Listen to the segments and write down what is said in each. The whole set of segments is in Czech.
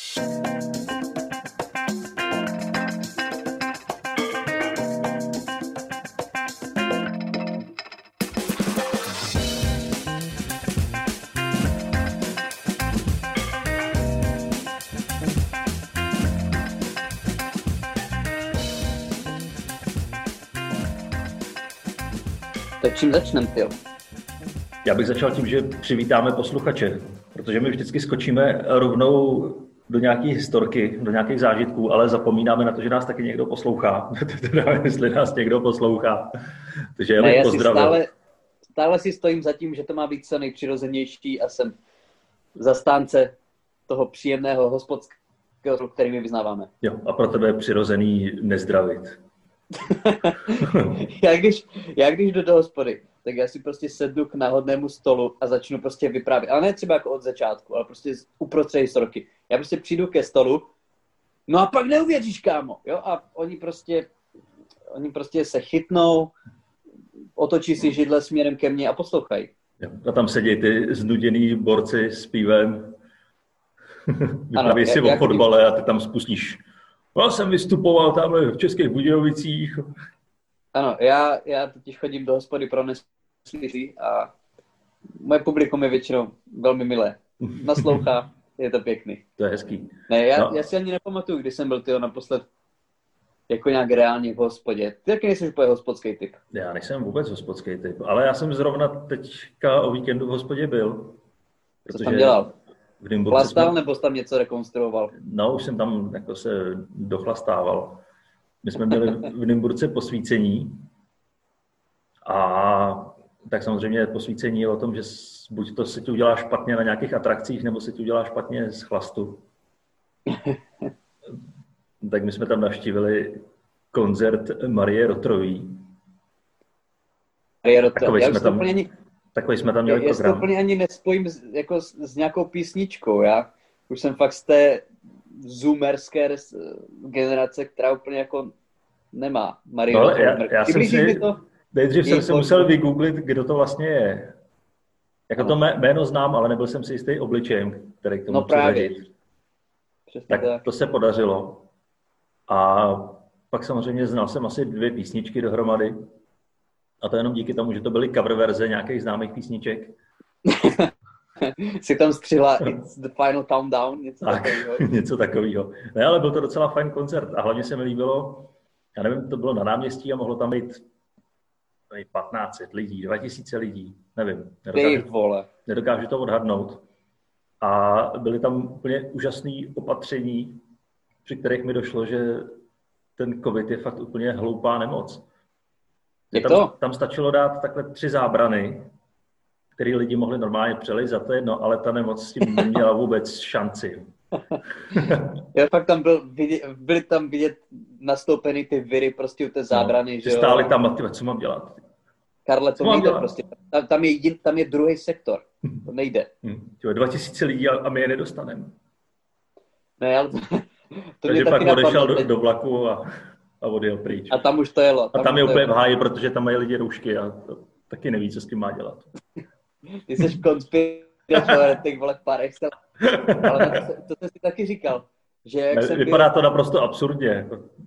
Tak čím začneme, ty? Já bych začal tím, že přivítáme posluchače, protože my vždycky skočíme rovnou do nějaké historky, do nějakých zážitků, ale zapomínáme na to, že nás taky někdo poslouchá. Teda jestli nás někdo poslouchá. Takže já bych pozdravil. Stále si stojím za tím, že to má být co nejpřirozenější a jsem zastánce toho příjemného hospodského, který my vyznáváme. Jo, a pro tebe je přirozený nezdravit. já když jdu do hospody, tak já si prostě sednu k náhodnému stolu a začnu prostě vyprávět. Ale ne třeba jako od začátku, ale prostě uprostřed historky. Já prostě přijdu ke stolu, no a pak neuvěříš, kámo. Jo? A oni prostě se chytnou, otočí si židle směrem ke mně a poslouchají. Jo, a tam sedí ty znuděný borci s pivem. Vypraví si o fotbale a ty tam spustíš. Já jsem vystupoval tamhle v Českých Budějovicích. Ano, já totiž chodím do hospody pro neslyší a moje publikum je většinou velmi milé. Naslouchá, je to pěkný. To je hezký. Ne, já si ani nepamatuju, když jsem byl naposled jako nějak reálně v hospodě. Ty taky nejsi úplně hospodský typ. Já nejsem vůbec hospodský typ, ale já jsem zrovna teďka o víkendu v hospodě byl. Co jsi tam dělal? Chlastal nebo jsi tam něco rekonstruoval? No, už jsem tam jako se dochlastával. My jsme měli v Nymburce posvícení a tak samozřejmě posvícení je o tom, že buď to si tu udělá špatně na nějakých atrakcích, nebo si tu udělá špatně z chlastu. Tak my jsme tam navštívili koncert Marie Rotrový. Takový jsme tam měli program. Já to úplně ani nespojím jako s nějakou písničkou. Já už jsem fakt z té zoomerské generace, která úplně jako nemá Marie Rotrový. Nejdřív jsem si musel vygooglit, kdo to vlastně je. Jako to jméno znám, ale nebyl jsem si jistý obličejem, který k tomu přiřadit. Tak to se podařilo. A pak samozřejmě znal jsem asi 2 písničky dohromady. A to jenom díky tomu, že to byly cover verze nějakých známých písniček. Si tam střihla It's the Final Countdown, něco takového. Něco takového. Ne, ale byl to docela fajn koncert a hlavně se mi líbilo, já nevím, to bylo na náměstí a mohlo tam být 1500 lidí, 2000 lidí, nevím. Nedokážu to odhadnout. A byly tam úplně úžasné opatření, při kterých mi došlo, že ten covid je fakt úplně hloupá nemoc. Tam stačilo dát takhle 3 zábrany, které lidi mohli normálně přelizat, to jedno, ale ta nemoc s tím neměla vůbec šanci. Já fakt tam byly tam vidět nastoupeny ty viry prostě u té zábrany. No, že stáli tam a tyhle, co mám dělat? Karle, to nejde prostě. Tam je druhý sektor. To nejde. 2000 lidí a my je nedostaneme. Ne, ale takže pak odešel do vlaku a odjel pryč. A tam už to jelo. A tam je úplně v háji, protože tam mají lidi roušky a to taky neví, co s tím má dělat. Ty jsi v konspiraci, těch vole párech. Ale to jsi taky říkal. Že jak vypadá to naprosto absurdně.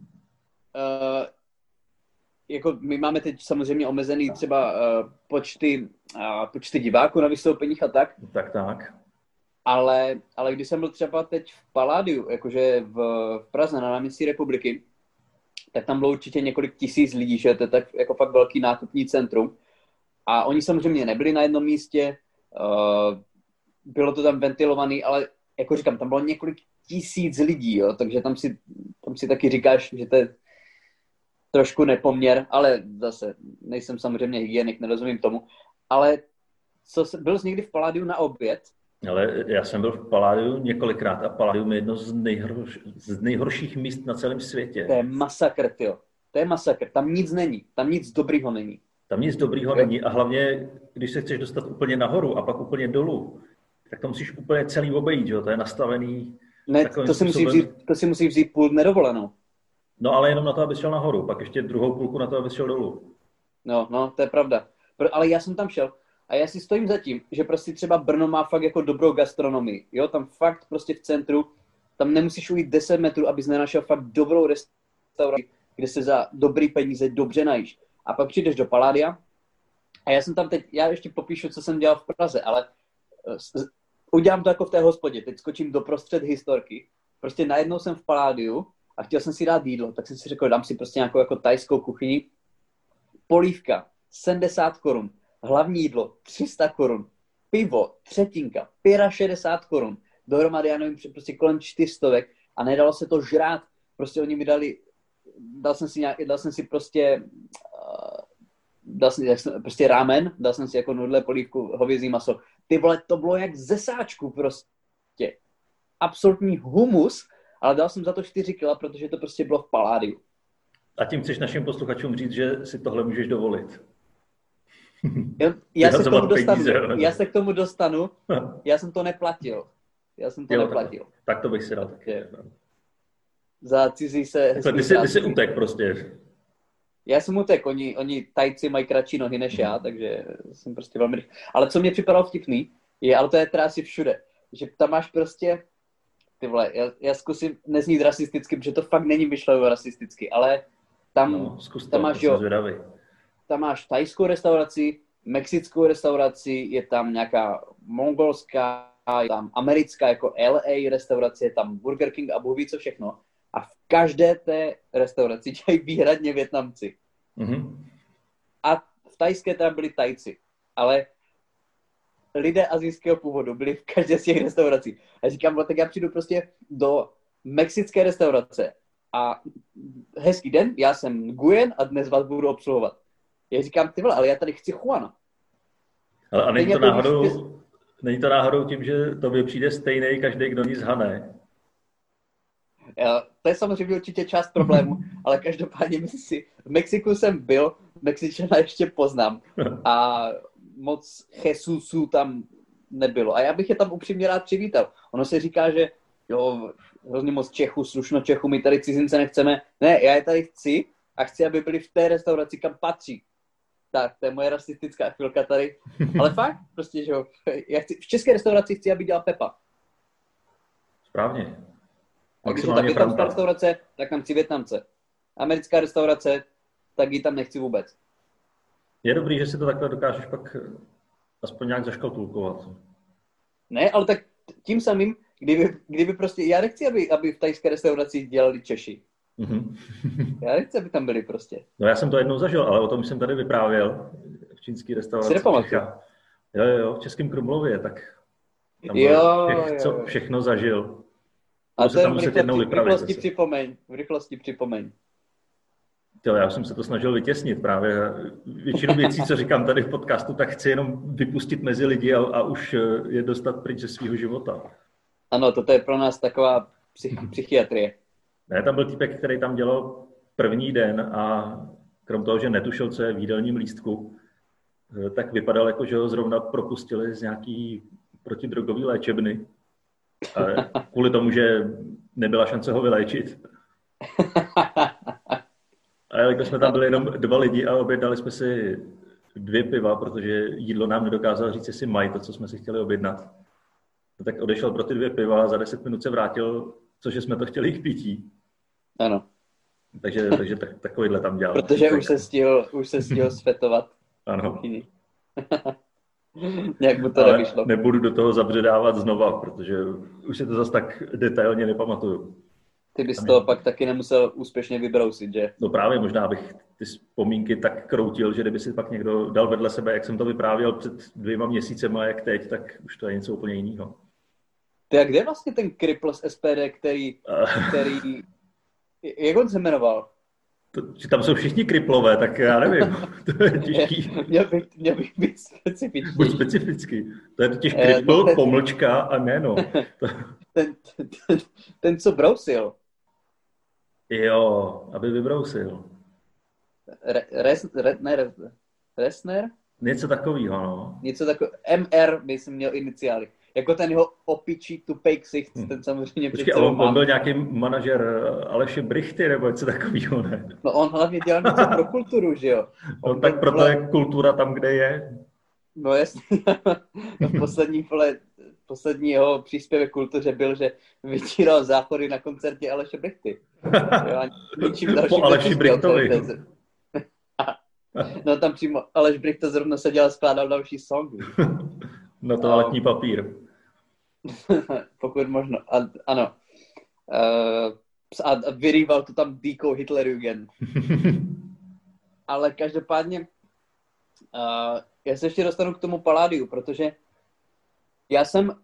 Jako my máme teď samozřejmě omezený třeba počty diváků na vystoupeních a tak. Tak. Ale když jsem byl třeba teď v Paládiu, jakože v Praze na náměstí Republiky, tak tam bylo určitě několik tisíc lidí, že to je tak jako fakt velký nákupní centrum. A oni samozřejmě nebyli na jednom místě, bylo to tam ventilovaný, ale jako říkám, tam bylo několik tisíc lidí, jo, takže tam si taky říkáš, že to je trošku nepoměr, ale zase nejsem samozřejmě hygienik, nerozumím tomu. Ale byl jsi někdy v Paládiu na oběd? Ale já jsem byl v Paládiu několikrát a Paládium je jedno z nejhorších míst na celém světě. To je masakr, tyjo. To je masakr. Tam nic není. Tam nic dobrýho není. Tam nic dobrýho není a hlavně, když se chceš dostat úplně nahoru a pak úplně dolů, tak to musíš úplně celý obejít, jo? To je nastavený... Ne, to si musíš vzít půl dne dovolenou. No ale jenom na to, abys šel nahoru, pak ještě druhou půlku na to, abys šel dolů. No, to je pravda. Ale já jsem tam šel a já si stojím za tím, že prostě třeba Brno má fakt jako dobrou gastronomii. Jo, tam fakt prostě v centru tam nemusíš ujít 10 metrů, abys nenašel fakt dobrou restauraci, kde se za dobrý peníze dobře najíš. A pak přijdeš do Palladia a já jsem tam teď, já ještě popíšu, co jsem dělal v Praze, ale udělám to jako v té hospodě. Teď skočím doprostřed historky. Prostě najednou jsem v Palladiu a chtěl jsem si dát jídlo, tak jsem si řekl, dám si prostě nějakou jako thajskou kuchyni. Polívka 70 korun, hlavní jídlo 300 korun, pivo, třetinka, 65 korun, dohromady, já nevím, prostě kolem 400 a nedalo se to žrát. Prostě oni mi dali, dal jsem si prostě rámen, dal jsem si jako nudle, polívku, hovězí maso. Ty vole, to bylo jak ze sáčku prostě. Absolutní humus, ale dal jsem za to 4 kila, protože to prostě bylo v Palladiu. A tím chceš našim posluchačům říct, že si tohle můžeš dovolit. Já se k tomu dostanu. Já jsem to neplatil. Tak to bych si dal taky. Za cizí se... Ty jsi utek prostě. Já jsem utek, oni Tajci mají kratší nohy než já, takže jsem prostě velmi rychlý. Ale co mě připadalo vtipný, ale to je teda asi všude, že tam máš prostě, ty vole, já zkusím neznít rasisticky, protože to fakt není myšleno rasisticky, ale tam máš thajskou restauraci, mexickou restauraci, je tam nějaká mongolská, je tam americká jako LA restaurace, je tam Burger King a Bůh ví co všechno. A v každé té restauraci dělají výhradně Vietnamci. Mm-hmm. A v thajské teda byli Tajci. Ale lidé asijského původu byli v každé z těch restaurací. A říkám, tak já přijdu prostě do mexické restaurace a hezký den, já jsem Nguyen a dnes vás budu obsluhovat. Já říkám, ty vole, ale já tady chci Juana. Ale a není to náhodou tím, že tobě přijde stejný každý, kdo nic hané? To je samozřejmě určitě část problému, ale každopádně myslím si, v Mexiku jsem byl, Mexičana ještě poznám a moc Jesusů tam nebylo. A já bych je tam upřímně rád přivítal. Ono se říká, že jo, hrozně moc Čechů, slušno Čechů, my tady cizince nechceme. Ne, já je tady chci a chci, aby byli v té restauraci, kam patří. Tak, to je moje rasistická chvilka tady. Ale fakt, prostě, že jo, v české restauraci chci, aby dělal Pepa. Správně. A když je ta vietnamská restaurace, tak tam chci Vietnamce. Americká restaurace, tak ji tam nechci vůbec. Je dobrý, že si to takhle dokážeš pak aspoň nějak zaškatulkovat. Ne, ale tak tím samým, kdyby prostě, já nechci, aby v tajské restauraci dělali Češi. Mm-hmm. Já nechci, aby tam byli prostě. No já jsem to jednou zažil, ale o tom jsem tady vyprávěl v čínský restauraci. Jo, v Českém Krumlově, tak tam všechno zažil. A to je v rychlosti připomeň. Já jsem se to snažil vytěsnit právě. Většinu věcí, co říkám tady v podcastu, tak chci jenom vypustit mezi lidi a už je dostat pryč ze svého života. Ano, toto je pro nás taková psychiatrie. Ne, tam byl týpek, který tam dělal první den a krom toho, že netušil, co je v jídelním lístku, tak vypadal jako, že ho zrovna propustili z nějaký protidrogový léčebny. Kvůli tomu, že nebyla šance ho vyléčit. A jelikož jsme tam byli jenom 2 lidi a objednali jsme si 2 piva, protože jídlo nám nedokázal říct, jestli mají to, co jsme si chtěli objednat. Tak odešel pro ty 2 piva a za 10 minut se vrátil, což jsme to chtěli k pití. Ano. Takže takovýhle tam dělal. Protože už se stihl svetovat. Ano. Nějak mu to nevyšlo. Nebudu do toho zabředávat znova, protože už si to zase tak detailně nepamatuju. Ty bys to pak taky nemusel úspěšně vybrousit, že? No právě, možná bych ty vzpomínky tak kroutil, že kdyby si pak někdo dal vedle sebe, jak jsem to vyprávěl před 2 měsícema, jak teď, tak už to je něco úplně jiného. Ty a kde je vlastně ten kripl z SPD, který jak on se jmenoval? Tam jsou všichni kriplové, tak já nevím. To je těžký. Měl bych být specifický. Buď specifický. To je totiž kripl, pomlčka a jméno. Ten, co brousil. Jo, aby vybrousil. Resner? Něco takového, no. Něco takového. MR by si měl iniciály. Jako ten jeho opičí tupej ksicht, ten samozřejmě Počkej, on byl nějaký manažer Aleše Brichty, nebo něco takového, ne? No on hlavně dělal něco pro kulturu, že jo? No tak proto je kultura tam, kde je. No jasně. V posledních poslední jeho příspěvek kultuře byl, že vytíral záchody na koncertě Aleše Brichty. Po Aleši Brichtovi. No tam přímo Aleš Brichta zrovna seděl a skládal další song. Na toaletní papír. Pokud možno. Ano. A vyrýval to tam díkou Hitlerjugend. Ale každopádně já se ještě dostanu k tomu Palladiu, protože já jsem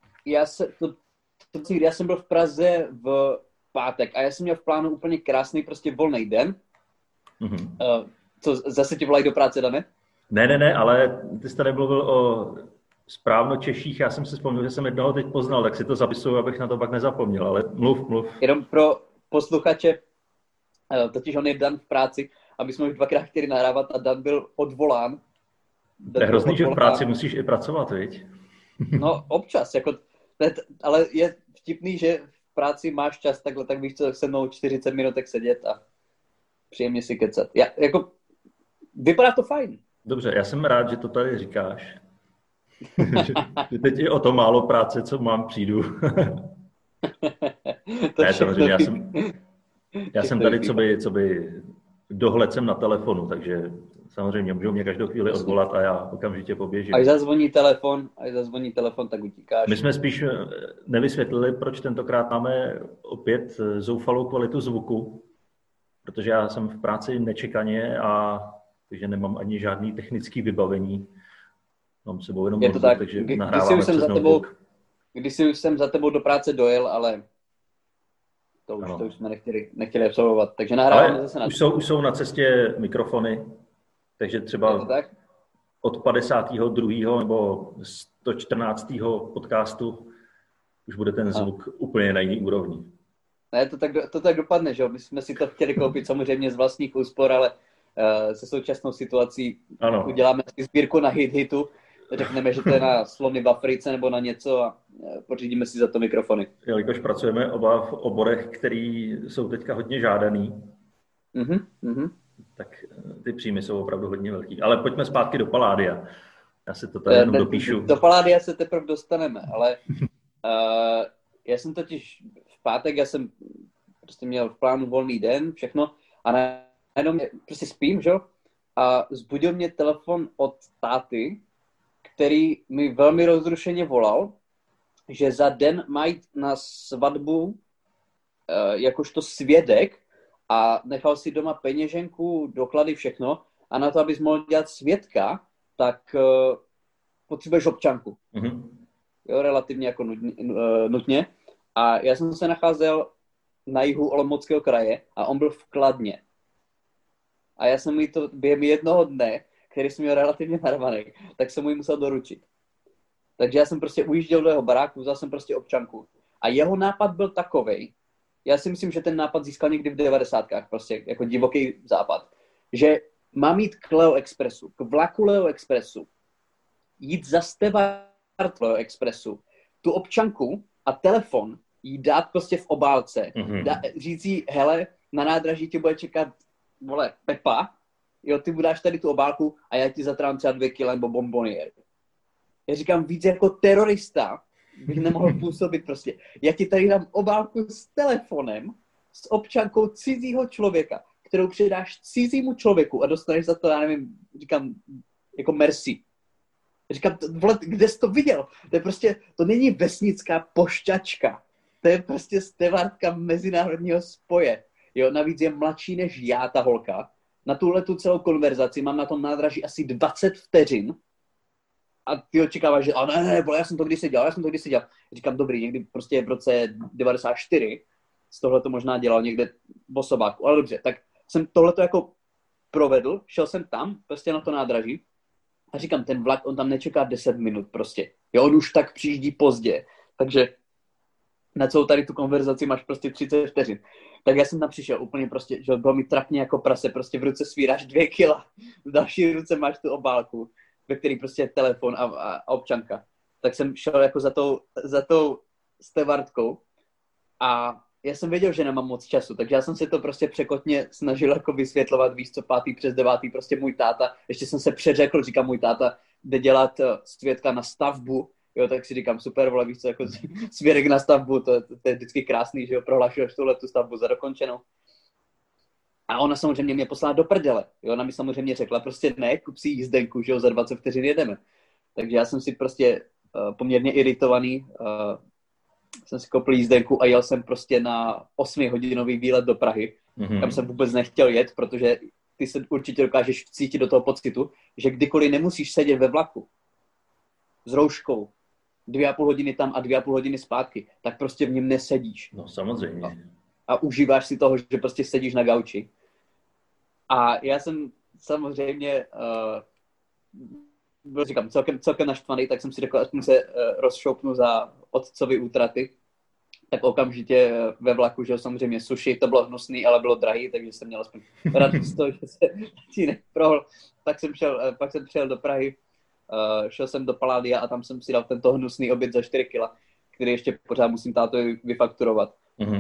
byl v Praze v pátek a já jsem měl v plánu úplně krásný, prostě volný den. Co, zase ti volají do práce, Dane? Ne, ale ty jsi tady mluvil o správno Češích, já jsem si vzpomněl, že jsem jednoho teď poznal, tak si to zapisuju, abych na to pak nezapomněl, ale mluv. Jenom pro posluchače, totiž on je Dan v práci, aby jsme už dvakrát chtěli nahrávat a Dan byl odvolán. To je hrozný, že v práci musíš i pracovat, viď? No, občas, jako, ale je vtipný, že v práci máš čas takhle, tak bych chtěl se mnou 40 minutek sedět a příjemně si kecat. Vypadá to fajn. Dobře, já jsem rád, že to tady říkáš. Že teď i o to málo práce, co mám, přijdu. Ne, samozřejmě, já jsem tady, co by dohledcem na telefonu, takže samozřejmě můžou mě každou chvíli odvolat a já okamžitě poběžím. Až zazvoní telefon, tak utíkáš. My jsme spíš nevysvětlili, proč tentokrát máme opět zoufalou kvalitu zvuku, protože já jsem v práci nečekaně a takže nemám ani žádný technický vybavení. Mám sebou jenom notebook, tak, takže nahráváme přes notebook. Když jsem za tebou do práce dojel, ale to už jsme nechtěli absolvovat. Takže nahráváme zase na už jsou na cestě mikrofony, takže třeba od 52. nebo 114. podcastu už bude ten zvuk úplně na jiný úrovni. Ne, to tak dopadne, že jo? My jsme si to chtěli koupit samozřejmě z vlastních úspor, ale se současnou situací uděláme si sbírku na hitu, řekneme, že to je na slony v Africe nebo na něco a pořídíme si za to mikrofony. Jelikož pracujeme oba v oborech, který jsou teďka hodně žádaný, tak ty příjmy jsou opravdu hodně velký. Ale pojďme zpátky do Palladia. Já si to tady jenom dopíšu. Do Palladia se teprve dostaneme, ale já jsem totiž v pátek, já jsem prostě měl v plánu volný den, všechno a najednou prostě spím, že? A zbudil mě telefon od táty, který mi velmi rozrušeně volal, že za den mají na svatbu jakožto svědek a nechal si doma peněženku, doklady, všechno a na to, abys mohl dělat svědka, tak potřebuješ občanku. Jo, relativně jako nutně. A já jsem se nacházel na jihu Olomouckého kraje a on byl v Kladně. A já jsem mi to během jednoho dne, který jsem měl relativně narvaný, tak jsem mu ji musel doručit. Takže já jsem prostě ujížděl do jeho baráku, vzal jsem prostě občanku. A jeho nápad byl takovej, já si myslím, že ten nápad získal někdy v 90kách, prostě jako divoký západ, že mám jít k Leo Expressu, k vlaku Leo Expressu, jít za Stevart Leo Expressu, tu občanku a telefon jí dát prostě v obálce, říct jí, hele, na nádraží tě bude čekat, vole, Pepa, jo, ty budáš tady tu obálku a já ti zatrám třeba 2 kila nebo bombonier. Já říkám, víc jako terorista bych nemohl působit prostě. Já ti tady dám obálku s telefonem, s občankou cizího člověka, kterou předáš cizímu člověku a dostaneš za to, já nevím, říkám, jako merci. Říkám, vole, kde jsi to viděl? To je prostě, to není vesnická pošťačka. To je prostě stevartka mezinárodního spoje. Jo, navíc je mladší než já, ta holka. Na tuhletu celou konverzaci mám na tom nádraží asi 20 vteřin a ty očekáváš, že ne, já jsem to kdysi dělal. Říkám, dobrý, někdy prostě v roce 94 z tohle to možná dělal někde v osobáku, ale dobře, tak jsem tohleto jako provedl, šel jsem tam, prostě na to nádraží a říkám, ten vlak, on tam nečeká 10 minut prostě, jo, on už tak přijíždí pozdě, takže na celou tady tu konverzaci máš prostě 30 vteřin. Tak já jsem tam přišel úplně prostě, že bylo mi trapně jako prase, prostě v ruce svíráš 2 kila, v další ruce máš tu obálku, ve který prostě je telefon a občanka. Tak jsem šel jako za tou stevartkou a já jsem věděl, že nemám moc času, takže já jsem si to prostě překotně snažil jako vysvětlovat, víš co, 5. přes 9. prostě můj táta, ještě jsem se přeřekl, říkám, můj táta jde dělat svědka na stavbu Jo, tak si říkám, super, vole, víš co, jako svěrek na stavbu, to je vždycky krásný, že jo, prohlašuješ tu stavbu za dokončenou. A ona samozřejmě mě poslala do prdele. Jo, ona mi samozřejmě řekla, prostě ne, kup si jízdenku, že jo, za 20 vteřin jedeme. Takže já jsem si prostě poměrně iritovaný, jsem si koupil jízdenku a jel jsem prostě na 8hodinový výlet do Prahy, kam jsem vůbec nechtěl jet, protože ty se určitě dokážeš cítit do toho pocitu, že kdykoliv nemusíš sedět ve vlaku s rouškou 2,5 hodiny tam a 2,5 hodiny zpátky, tak prostě v něm nesedíš. No samozřejmě. A užíváš si toho, že prostě sedíš na gauči. A já jsem samozřejmě byl, říkám, celkem naštvaný, tak jsem si řekl, aspoň se rozšoupnu za otcovy útraty. Tak okamžitě ve vlaku, že samozřejmě sushi, to bylo hnusný, ale bylo drahý, takže jsem měl aspoň radost z toho, že se tatínek prohl. Pak jsem přijel do Prahy, šel jsem do Palladia a tam jsem si dal tento hnusný oběd za 4 kila, který ještě pořád musím tátovi vyfakturovat.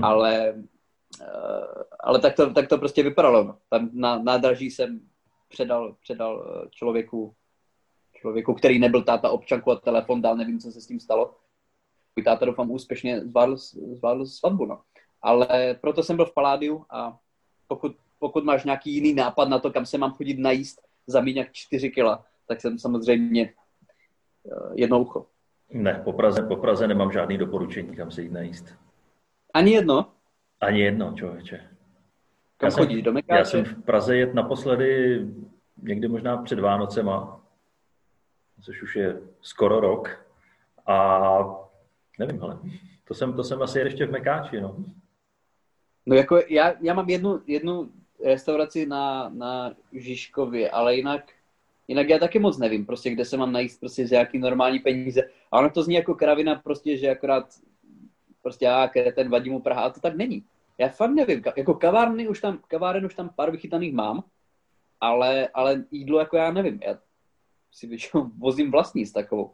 Ale tak to prostě vypadalo. No. Tam na nádraží jsem předal člověku, který nebyl táta, občanku a telefon dál, nevím, co se s tím stalo. Můj táta, doufám, úspěšně zvládl svatbu, no. Ale proto jsem byl v Palladiu a pokud máš nějaký jiný nápad na to, kam se mám chodit najíst za méně jak 4 kila, tak jsem samozřejmě jedno ucho. Ne, po Praze nemám žádný doporučení, kam se jít najíst. Ani jedno? Ani jedno, člověče. Kam chodíš, do Mekáče? Já jsem v Praze jet naposledy někdy možná před Vánocema, což už je skoro rok. A nevím, ale to jsem asi ještě v Mekáči, no. No jako já mám jednu restauraci na Žižkově, ale jinak já taky moc nevím, prostě kde se mám najíst prostě za jaký normální peníze. A ono to zní jako kravina, prostě, že akorát prostě ten vadí mu Praha, a to tak není. Já fakt nevím, jako kaváren už tam pár vychytaných mám, ale jídlo jako já nevím, já si většinou vozím vlastní s takovou.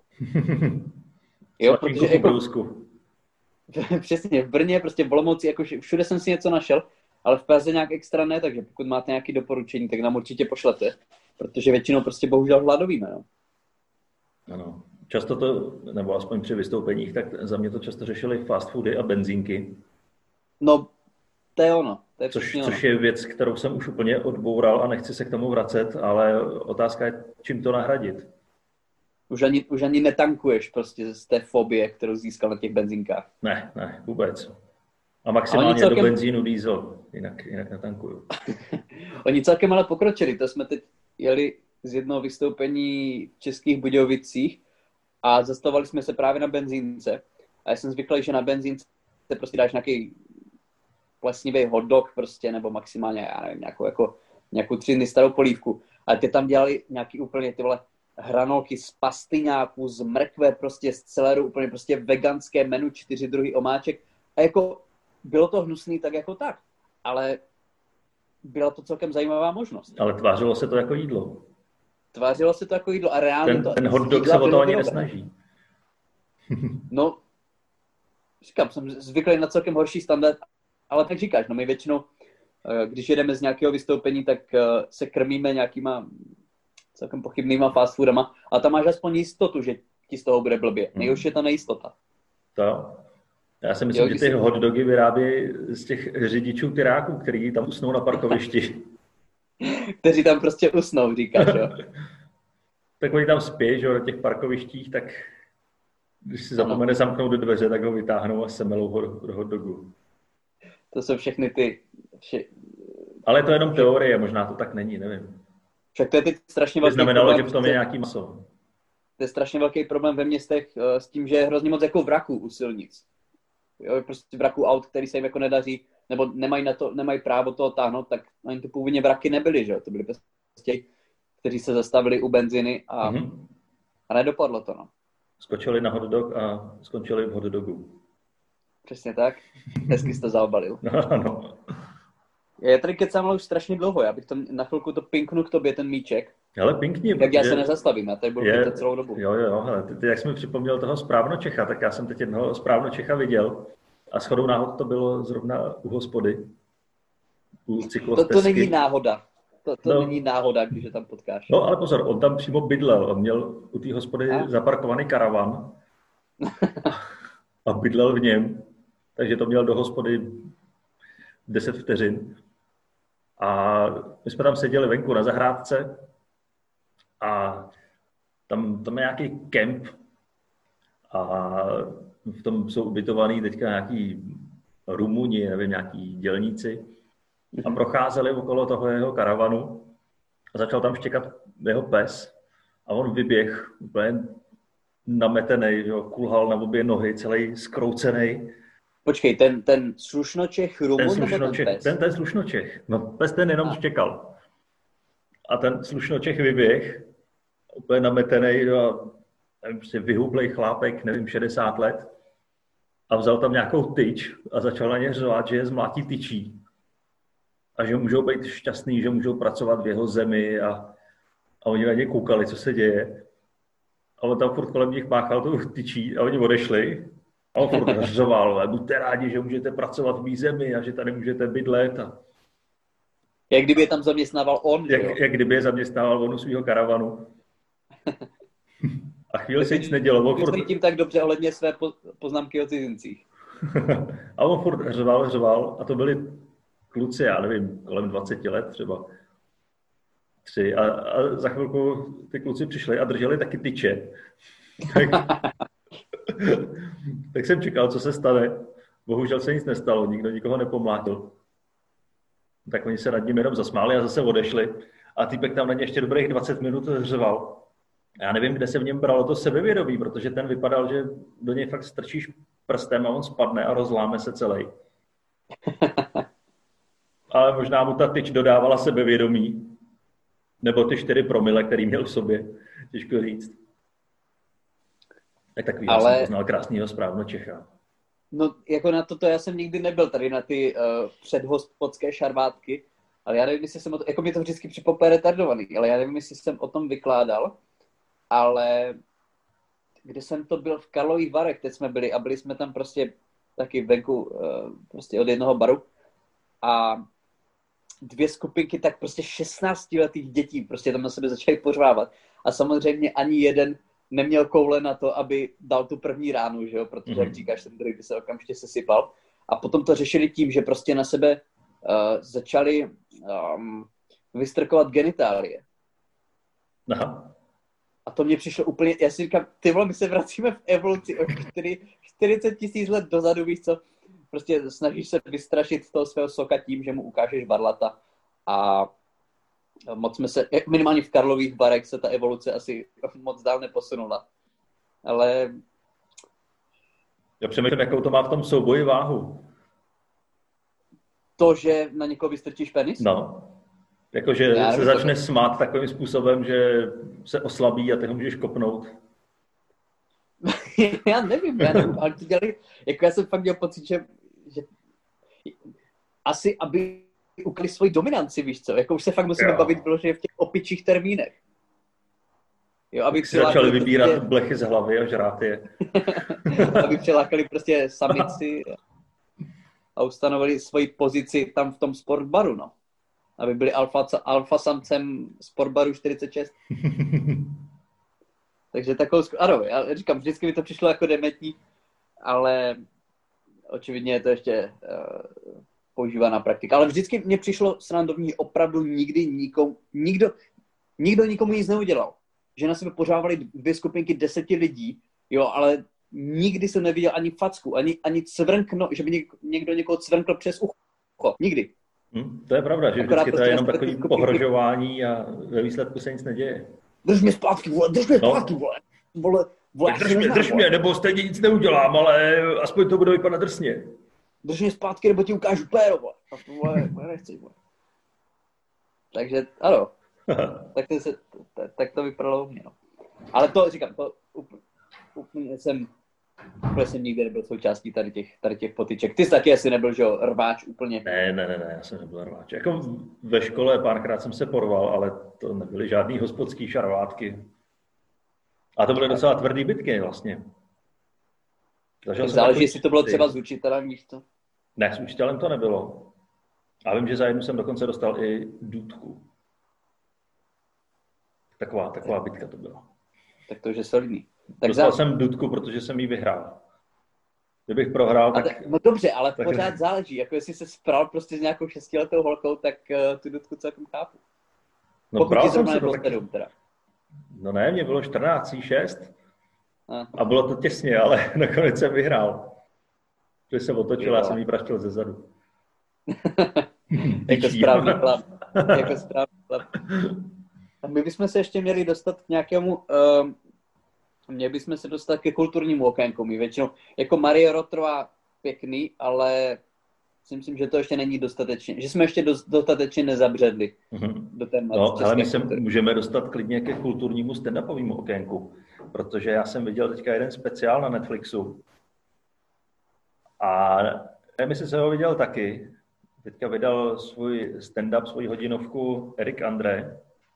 Jo, protože jako, přesně, v Brně, prostě v Olomouci, jako všude jsem si něco našel, ale v Praze nějak extra ne, takže pokud máte nějaké doporučení, tak nám určitě pošlete, protože většinou prostě bohužel hladovíme, no. Ano. Často to, nebo aspoň při vystoupeních, tak za mě to často řešili fast foody a benzínky. No, to je ono. Což je věc, kterou jsem už úplně odboural a nechci se k tomu vracet, ale otázka je, čím to nahradit. Už ani netankuješ prostě z té fobie, kterou získal na těch benzínkách. Ne, vůbec. A maximálně do benzínu diesel, jinak netankuju. Oni celkem ale pokročili, to jsme teď jeli z jednoho vystoupení v Českých Budějovicích a zastavovali jsme se právě na benzínce. A já jsem zvyklý, že na benzínce prostě dáš nějaký plesnivý hot dog prostě, nebo maximálně, já nevím, nějakou 3 dny starou polívku. Ale ty tam dělali nějaký úplně ty vole hranolky z pastyňáků, z mrkve, prostě z celeru, úplně prostě veganské menu, 4 druhy omáček. A jako bylo to hnusný tak jako tak, ale byla to celkem zajímavá možnost. Ale tvářilo se to jako jídlo. Tvářilo se to jako jídlo a reálně ten hot dog se o to ani nesnaží. No, říkám, jsem zvyklý na celkem horší standard, ale tak říkáš, no my většinou, když jedeme z nějakého vystoupení, tak se krmíme nějakýma celkem pochybnýma fast foodama a tam máš aspoň jistotu, že ti z toho bude blbě. Nejhorší je ta nejistota. To. Já si myslím, že ty hot dogy vyrábí z těch řidičů tyráků, kteří tam usnou na parkovišti. Kteří tam prostě usnou, říkáš, jo? Tak oni tam spí, že jo, na těch parkovištích, tak když si zapomene zamknout do dveře, tak ho vytáhnou a semelou do hot dogu. To jsou všechny ty... Ale to je jenom teorie, možná to tak není, nevím. Však to je teď strašně velký problém. Znamenalo, že v tom je nějaký maso. To je strašně velký problém ve městech s tím, že je hrozně moc jako vraků u silnic. Jo, prostě vraků aut, který se jim jako nedaří, nebo nemají právo toho táhnout, tak ani to původně vraky nebyly, že jo? To byly prostě, kteří se zastavili u benzíny a nedopadlo to, no. Skočili na hot dog a skončili v hot dogu. Přesně tak. Hezky jsi to zaobalil. No. Já tady kecám už strašně dlouho, já bych to na chvilku to pinknu k tobě, ten míček. Ale pinkni. Tak já se nezastavím, já tady budu pítat celou dobu. Jo, hele, ty jak jsi mi připomněl toho Správnočecha, tak já jsem teď jednoho Správnočecha viděl a shodou náhod to bylo zrovna u hospody. U cyklostezky. To není náhoda. To není náhoda, když je tam potkáš. No ale pozor, on tam přímo bydlel, on měl u té hospody zaparkovaný karavan A bydlel v něm, takže to měl do hospody 10 vteřin. A my jsme tam seděli venku na zahrádce a tam je nějaký kemp a v tom jsou ubytovaný teďka nějaký Rumuni, nevím, nějaký dělníci a procházeli okolo toho jeho karavanu a začal tam štěkat jeho pes a on vyběh úplně nametenej, kulhal na obě nohy, celý zkroucený. Počkej, ten slušnočech Rumun nebo ten pes? Ten slušnočech. No pes ten jenom štěkal. A ten slušnočech vyběh, úplně nametenej a nevím, prostě vyhublej chlápek, nevím, 60 let. A vzal tam nějakou tyč a začal na ně řvát, že je zmlátí tyčí. A že můžou být šťastný, že můžou pracovat v jeho zemi a oni na ně koukali, co se děje. A on tam furt kolem nich máchal tou tyčí a oni odešli. A on furt řval, buďte rádi, že můžete pracovat v mý zemi a že tady můžete bydlet. Jak kdyby je tam zaměstnával on, jak kdyby je zaměstnával on u svého karavanu. A chvíli se nic nedělo. Furt... tím tak dobře ohledně své poznámky o cizincích. A on furt řval a to byli kluci, já nevím, kolem 20 let třeba. 3. A za chvilku ty kluci přišli a drželi taky tyče. Tak jsem čekal, co se stane. Bohužel se nic nestalo, nikdo nikoho nepomlátil. Tak oni se nad ním jenom zasmáli a zase odešli. A týpek tam na ně ještě dobrých 20 minut řval. Já nevím, kde se v něm bralo to sebevědomí, protože ten vypadal, že do něj fakt strčíš prstem a on spadne a rozláme se celý. Ale možná mu ta tyč dodávala sebevědomí. Nebo ty 4 promile, který měl v sobě. Těžko říct. Tak takový jsem poznal krásnýho správno Čecha. No, jako na toto já jsem nikdy nebyl, tady na ty předhospodské šarvátky, ale já nevím, jestli jsem jako mě to vždycky připomíná retardovaný, ale já nevím, jestli jsem o tom vykládal, ale kde jsem to byl v Karlových Varech, teď jsme byli a byli jsme tam prostě taky venku prostě od jednoho baru a 2 skupinky tak prostě 16letých dětí prostě tam na sebe začaly pořvávat a samozřejmě ani jeden neměl koule na to, aby dal tu první ránu, že jo, protože jak říkáš, ten druhý by se okamžitě sesypal. A potom to řešili tím, že prostě na sebe začali vystrkovat genitálie. Aha. A to mě přišlo úplně, já si říkám, ty vole, my se vracíme v evoluci o 40 000 let dozadu, víš co, prostě snažíš se vystrašit toho svého soka tím, že mu ukážeš barlata a moc jsme se, minimálně v Karlových Varech se ta evoluce asi moc dál neposunula. Ale... Já přemýšlím, jakou to má v tom souboji váhu. To, že na někoho vystrčíš penis? No. Jakože se začne smát takovým způsobem, že se oslabí a ty ho můžeš kopnout. já nevím, ale to dělali, jako já jsem fakt měl pocit, že asi, aby ukali svoji dominanci, víš co? Jako už se fakt musíme bavit vyloženě v těch opičích termínech. Jo, aby si začali vybírat prostě... blechy z hlavy a žrát je. Aby přilákali prostě samici a ustanovili svoji pozici tam v tom sportbaru, no. Aby byli alfa samcem sportbaru 46. Takže takovou... Ano, já říkám, vždycky mi to přišlo jako dementní, ale očividně je to ještě používaná praktika. Ale vždycky mně přišlo srandovní, opravdu nikdo nikomu nic neudělal. Že na sebe pořávali 2 skupinky 10 lidí, jo, ale nikdy jsem neviděl ani facku, ani cvrnkno, že by někdo někoho cvrnkl přes ucho. Nikdy. To je pravda, že vždycky to je jenom takový pohrožování a ve výsledku se nic neděje. Drž mě zpátky, vole, vole. Drž mě, nebo stejně nic neudělám, ale aspoň to bude vypadat drsně. Drž mě zpátky, nebo ti ukážu péro, vole. Nechci, vole. Takže, ano. tak to vypadalo u mě, no. Ale to, říkám, to úplně jsem nikdy nebyl součástí tady těch potyček. Ty jsi taky asi nebyl, že jo, rváč úplně. Ne, já jsem nebyl rváč. Jako ve škole párkrát jsem se porval, ale to nebyly žádný hospodský šarvátky. A to byly docela tvrdý bitky vlastně. Záleží, jestli to bylo třeba s učitelem, víš co? Ne, s učitelem to nebylo. A vím, že za jednu jsem dokonce dostal i důtku. Taková bitka to byla. Tak to už je solidný. Tak dostal jsem dudku, protože jsem jí vyhrál. Kdybych prohrál, tak... No dobře, ale pořád záleží. Jako jestli se spral prostě s nějakou 6letou holkou, tak tu dudku celkem chápu. No pokud bral ti jsem zrovna se to nebylo taky. 7 teda. No ne, mě bylo 14, 6. A bylo to těsně, ale nakonec jsem vyhrál. Když se otočil, já jsem jí praštil ze zadu. Jako správný chlap. Jako správný chlap. A my bychom se ještě měli dostat k nějakému... Měli bychom se dostat ke kulturnímu okénku. My většinou... Jako Marie Rotrová pěkný, ale si myslím, že to ještě není dostatečně. Že jsme ještě dostatečně nezabředli do tématu. No, ale my se můžeme dostat klidně ke kulturnímu stand-upovému okénku. Protože já jsem viděl teďka jeden speciál na Netflixu. A nevím, jestli jsem ho viděl taky. Teďka vydal svůj stand-up, svoji hodinovku Erik André.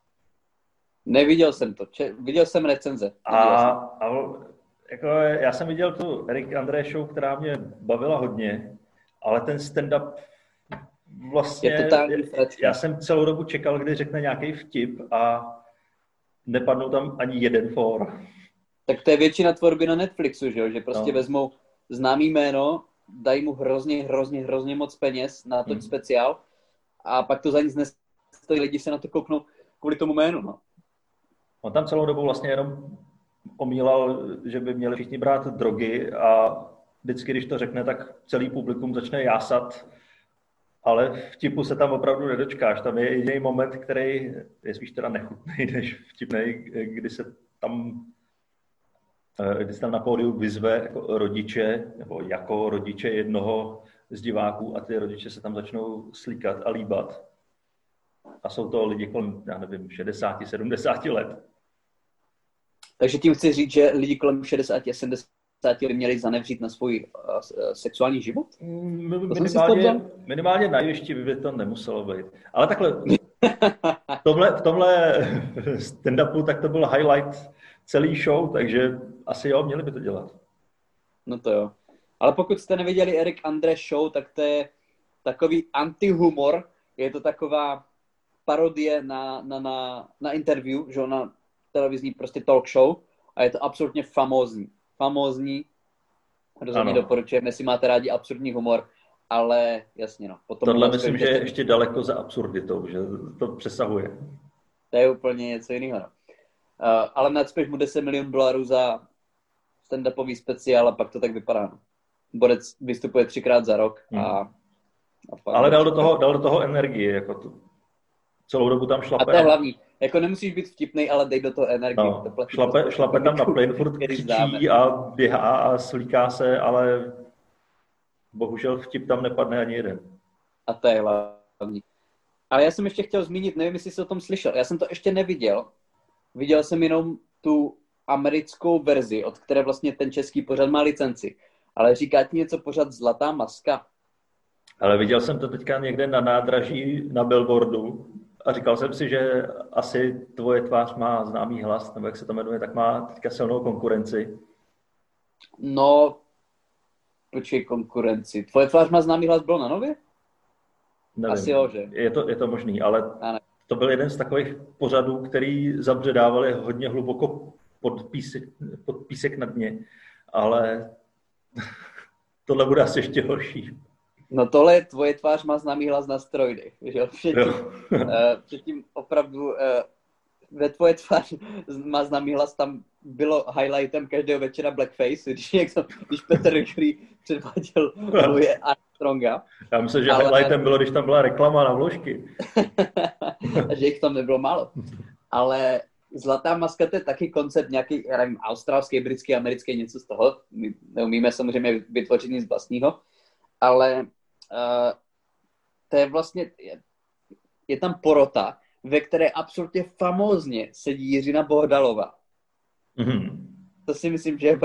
Neviděl jsem to. Viděl jsem recenze. A jako já jsem viděl tu Erik André show, která mě bavila hodně, ale ten stand-up vlastně... Já jsem celou dobu čekal, kdy řekne nějaký vtip a nepadnou tam ani jeden for. Tak to je většina tvorby na Netflixu, že jo? Že prostě vezmou známý jméno, dají mu hrozně moc peněz na ten speciál a pak to za nic nestojí, lidi se na to kouknou kvůli tomu jménu, no. On tam celou dobu vlastně jenom omílal, že by měli všichni brát drogy a vždycky, když to řekne, tak celý publikum začne jásat, ale vtipu se tam opravdu nedočkáš. Tam je jediný moment, který je spíš teda nechutný než vtipnej, kdy se tam na pódiu vyzve jako rodiče jednoho z diváků a ty rodiče se tam začnou slíkat a líbat. A jsou to lidi kolem, já nevím, 60, 70 let. Takže tím chci říct, že lidi kolem 60 a 70 by měli zanevřít na svůj sexuální život? Minimálně na jevišti by to nemuselo být. Ale takhle, v tomhle stand-upu tak to byl highlight celý show, takže asi jo, měli by to dělat. No to jo. Ale pokud jste neviděli Erik André show, tak to je takový antihumor. Je to taková parodie na interview, že na televizní prostě talk show a je to absolutně famózní. Rozhodně doporučujeme, jestli máte rádi absurdní humor, ale jasně no. Tohle myslím, že je ještě daleko za absurditou, že to přesahuje. To je úplně něco jiného. No. Ale nadspěš mu $10 milionů za stand-upový speciál a pak to tak vypadá. No. Borec vystupuje 3krát za rok ale dal do toho energii, jako to. Celou dobu tam šlape. A to je hlavní. Jako nemusíš být vtipnej, ale dej do toho energii. No, šlape tam na plyn, furt křičí a běhá a slíká se, ale bohužel vtip tam nepadne ani jeden. A to je hlavní. Ale já jsem ještě chtěl zmínit, nevím, jestli jsi o tom slyšel, já jsem to ještě neviděl. Viděl jsem jenom tu americkou verzi, od které vlastně ten český pořad má licenci. Ale říká ti něco pořad Zlatá maska? Ale viděl jsem to teďka někde na nádraží, na billboardu a říkal jsem si, že asi Tvoje tvář má známý hlas, nebo jak se to jmenuje, tak má teďka silnou konkurenci. No, počkej, konkurenci. Tvoje tvář má známý hlas, bylo na Nově? Nevím. Asi jo, že? Je to možný, ale to byl jeden z takových pořadů, který zabředávali hodně hluboko pod písek na dně, ale tohle bude asi ještě horší. No tohle Tvoje tvář má známý hlas na steroidech, že jo? Předtím opravdu ve Tvoje tvář má známý hlas, tam bylo highlightem každého večera blackface, když Petr Rychlý předváděl Louise Armstronga. Já myslím, že highlightem bylo, když tam byla reklama na vložky. A že jich tam nebylo málo. Ale Zlatá maska, to je taky koncept nějaký, já nevím, australský, britský, americký, něco z toho. My neumíme samozřejmě vytvořit nic vlastního, ale to je vlastně, je tam porota, ve které absolutně famózně sedí Jiřina Bohdalová. Mm-hmm. To si myslím, že je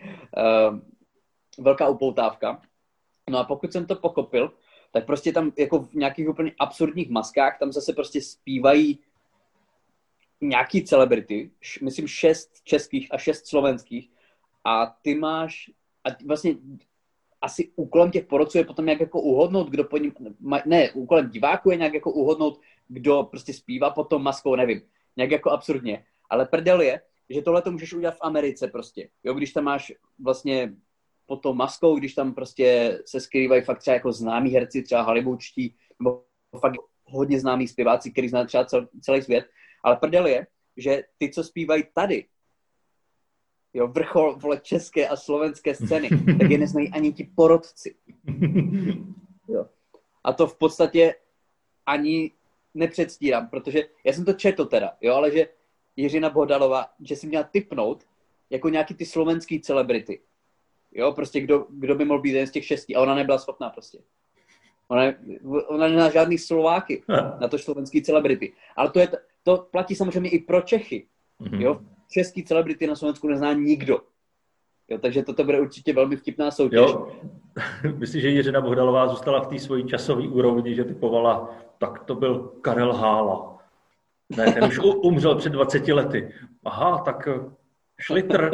velká upoutávka. No a pokud jsem to pochopil, tak prostě tam jako v nějakých úplně absurdních maskách, tam zase prostě zpívají nějaký celebrity, myslím 6 českých a 6 slovenských a ty máš, a vlastně asi úkolem těch porodců je potom nějak jako uhodnout, kdo po ním, ne, úkolem diváků je nějak jako uhodnout, kdo prostě zpívá pod tou maskou, nevím, nějak jako absurdně. Ale prdel je, že tohle to můžeš udělat v Americe prostě. Jo, když tam máš vlastně pod tou maskou, když tam prostě se skrývají fakt třeba jako známí herci, třeba hollywoodští, nebo fakt hodně známí zpěváci, který zná třeba celý svět, ale prdel je, že ty, co zpívají tady, jo, vrchol, vole, české a slovenské scény, tak je neznají ani ti porodci. Jo. A to v podstatě ani nepředstírám, protože já jsem to četl teda, jo, ale že Jiřina Bohdalová, že si měla tipnout jako nějaký ty slovenský celebrity. Jo, prostě kdo by mohl být jeden z těch 6 a ona nebyla schopná prostě. Ona nemá žádný Slováky na to slovenský celebrity. Ale to platí samozřejmě i pro Čechy. Jo, český celebrity na Slovensku nezná nikdo. Jo, takže toto bude určitě velmi vtipná soutěž. Jo. Myslím, že Jiřina Bohdalová zůstala v té svojí časové úrovni, že typovala, tak to byl Karel Hála. Ne, ten už umřel před 20 lety. Aha, tak Šlitr.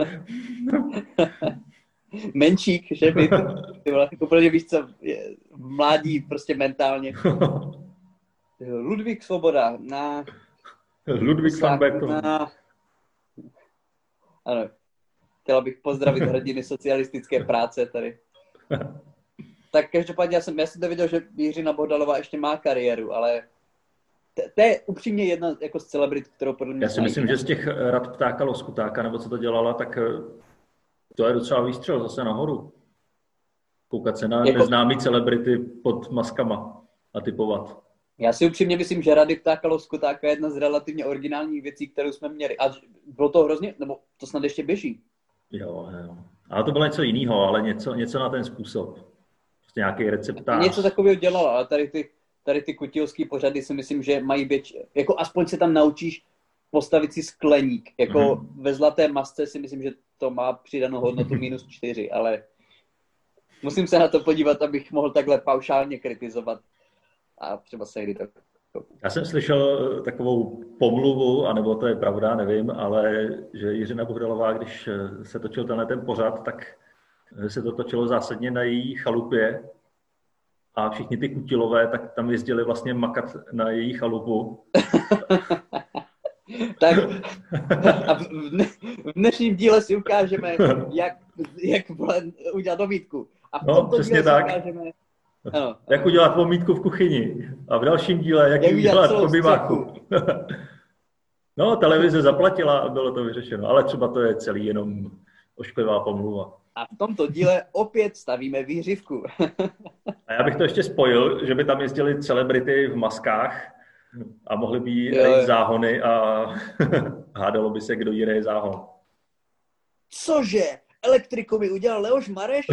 Menšík, že by ty vole, úplně víš co, v mládí prostě mentálně. Ludvík Svoboda na... Ludvík van Beethoven. Ano. Chtěla bych pozdravit hrdiny socialistické práce tady. Tak každopádně já jsem to viděl, že Jiřina Bohdalová ještě má kariéru, ale to je upřímně jedna jako z celebrit, kterou podle mě... Já si myslím, že z těch Rad Ptáka Loskutáka, nebo co to dělala, tak to je docela výstřel zase nahoru. Koukat se na neznámý celebrity pod maskama a typovat. Já si upřímně myslím, že Rady Ptáka Loskutáka je jedna z relativně originálních věcí, kterou jsme měli. A bylo to hrozně, nebo to snad ještě běží. Jo. Ale to bylo něco jiného, ale něco na ten způsob. Prostě nějaký receptář. Něco takového dělala, ale tady ty kutilský pořady si myslím, že mají jako aspoň se tam naučíš postavit si skleník. Jako ve Zlaté masce si myslím, že to má přidanou hodnotu -4, ale musím se na to podívat, abych mohl takhle paušálně kritizovat. A třeba se jde tak. Já jsem slyšel takovou pomluvu, anebo to je pravda, nevím, ale že Jiřina Bohdalová, když se točil ten pořad, tak se to točilo zásadně na její chalupě a všichni ty kutilové tak tam jezdili vlastně makat na její chalupu. Tak a v dnešním díle si ukážeme, jak udělat omítku. A v tomto přesně díle tak. Si ukážeme, ano. Jak udělat omítku v kuchyni. A v dalším díle, jak ji udělat v obyváku. No, televize zaplatila a bylo to vyřešeno. Ale třeba to je celý jenom ošklivá pomluva. A v tomto díle opět stavíme výřivku. A já bych to ještě spojil, že by tam jezdili celebrity v maskách a mohli by jí záhony a hádalo by se, kdo jí reje záhon. Cože? Elektriku mi udělal Leoš Mareš?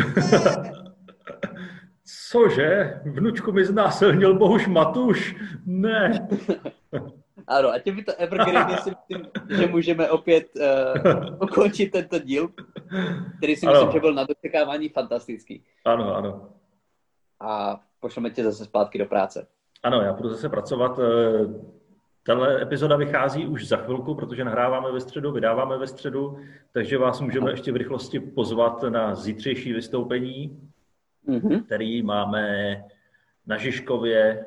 Cože? Vnučku mi znásilnil Bohuš Matuš? Ne. Ano, a těmito evergreeny si myslím, že můžeme opět ukončit tento díl, který si myslím, že byl na dočekávání fantastický. Ano. A pošleme tě zase zpátky do práce. Ano, já budu zase pracovat. Tahle epizoda vychází už za chvilku, protože nahráváme ve středu, vydáváme ve středu, takže vás můžeme ještě v rychlosti pozvat na zítřejší vystoupení, který máme na Žižkově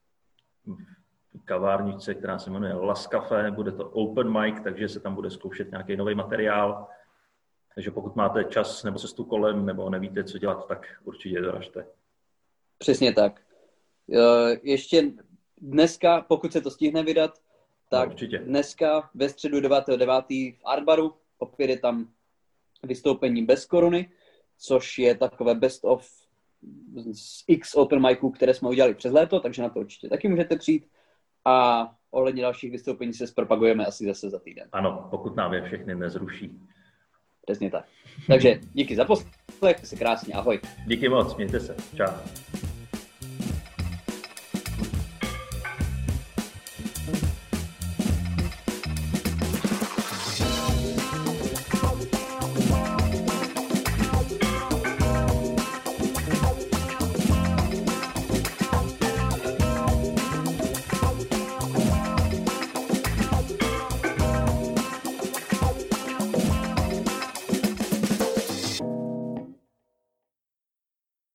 v kavárničce, která se jmenuje Las Café. Bude to open mic, takže se tam bude zkoušet nějaký nový materiál. Takže pokud máte čas nebo cestu kolem, nebo nevíte, co dělat, tak určitě doražte. Přesně tak. Ještě dneska, pokud se to stihne vydat, tak dneska ve středu 9.9. v Artbaru opět je tam vystoupení bez koruny, což je takové best of z X open miců, které jsme udělali přes léto, takže na to určitě taky můžete přijít. A ohledně dalších vystoupení se zpropagujeme asi zase za týden. Ano, pokud nám je všechny nezruší. Přesně tak. Takže díky za poslech, se krásně, ahoj. Díky moc, mějte se. Čau.